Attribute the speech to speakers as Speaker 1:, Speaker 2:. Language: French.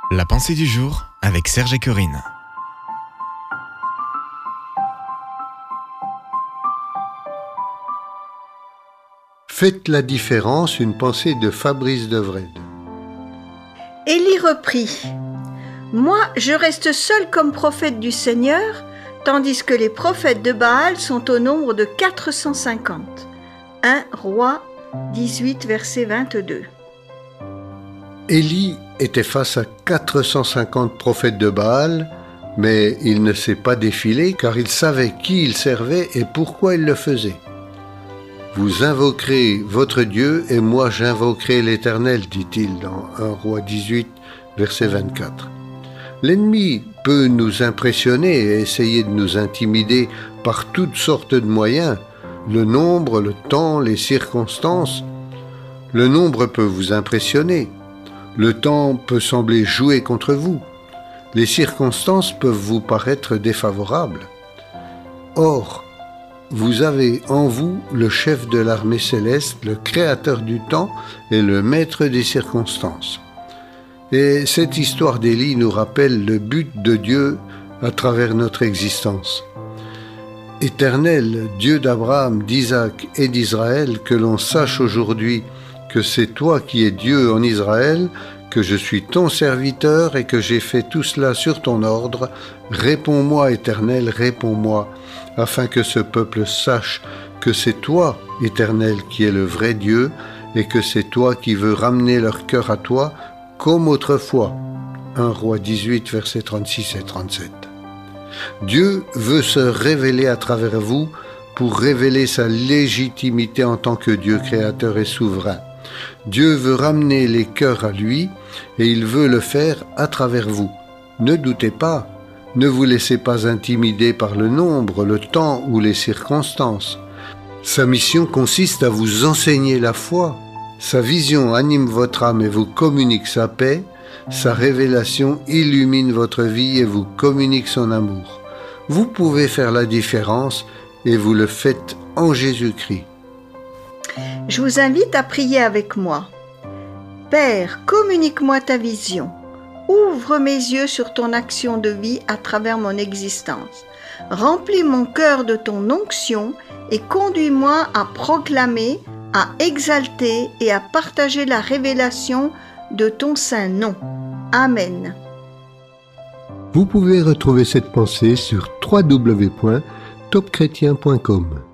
Speaker 1: La pensée du jour avec Serge et Corinne.
Speaker 2: Faites la différence, une pensée de Fabrice Devred.
Speaker 3: Élie reprit : Moi, je reste seul comme prophète du Seigneur, tandis que les prophètes de Baal sont au nombre de 450. 1 Roi 18, verset 22.
Speaker 2: Élie était face à 450 prophètes de Baal, mais il ne s'est pas défilé car il savait qui il servait et pourquoi il le faisait. Vous invoquerez votre Dieu et moi j'invoquerai l'Éternel, dit-il dans 1 Roi 18, verset 24. L'ennemi peut nous impressionner et essayer de nous intimider par toutes sortes de moyens, le nombre, le temps, les circonstances. Le nombre peut vous impressionner, le temps peut sembler jouer contre vous, les circonstances peuvent vous paraître défavorables. Or, vous avez en vous le chef de l'armée céleste, le créateur du temps et le maître des circonstances. Et cette histoire d'Élie nous rappelle le but de Dieu à travers notre existence. Éternel, Dieu d'Abraham, d'Isaac et d'Israël, que l'on sache aujourd'hui que c'est toi qui es Dieu en Israël, que je suis ton serviteur et que j'ai fait tout cela sur ton ordre. Réponds-moi, Éternel, réponds-moi, afin que ce peuple sache que c'est toi, Éternel, qui es le vrai Dieu, et que c'est toi qui veux ramener leur cœur à toi, comme autrefois. 1 Roi 18, versets 36 et 37. Dieu veut se révéler à travers vous pour révéler sa légitimité en tant que Dieu créateur et souverain. Dieu veut ramener les cœurs à lui et il veut le faire à travers vous. Ne doutez pas, ne vous laissez pas intimider par le nombre, le temps ou les circonstances. Sa mission consiste à vous enseigner la foi. Sa vision anime votre âme et vous communique sa paix. Sa révélation illumine votre vie et vous communique son amour. Vous pouvez faire la différence et vous le faites en Jésus-Christ.
Speaker 3: Je vous invite à prier avec moi. Père, communique-moi ta vision. Ouvre mes yeux sur ton action de vie à travers mon existence. Remplis mon cœur de ton onction et conduis-moi à proclamer, à exalter et à partager la révélation de ton saint nom. Amen.
Speaker 2: Vous pouvez retrouver cette pensée sur www.topchrétien.com.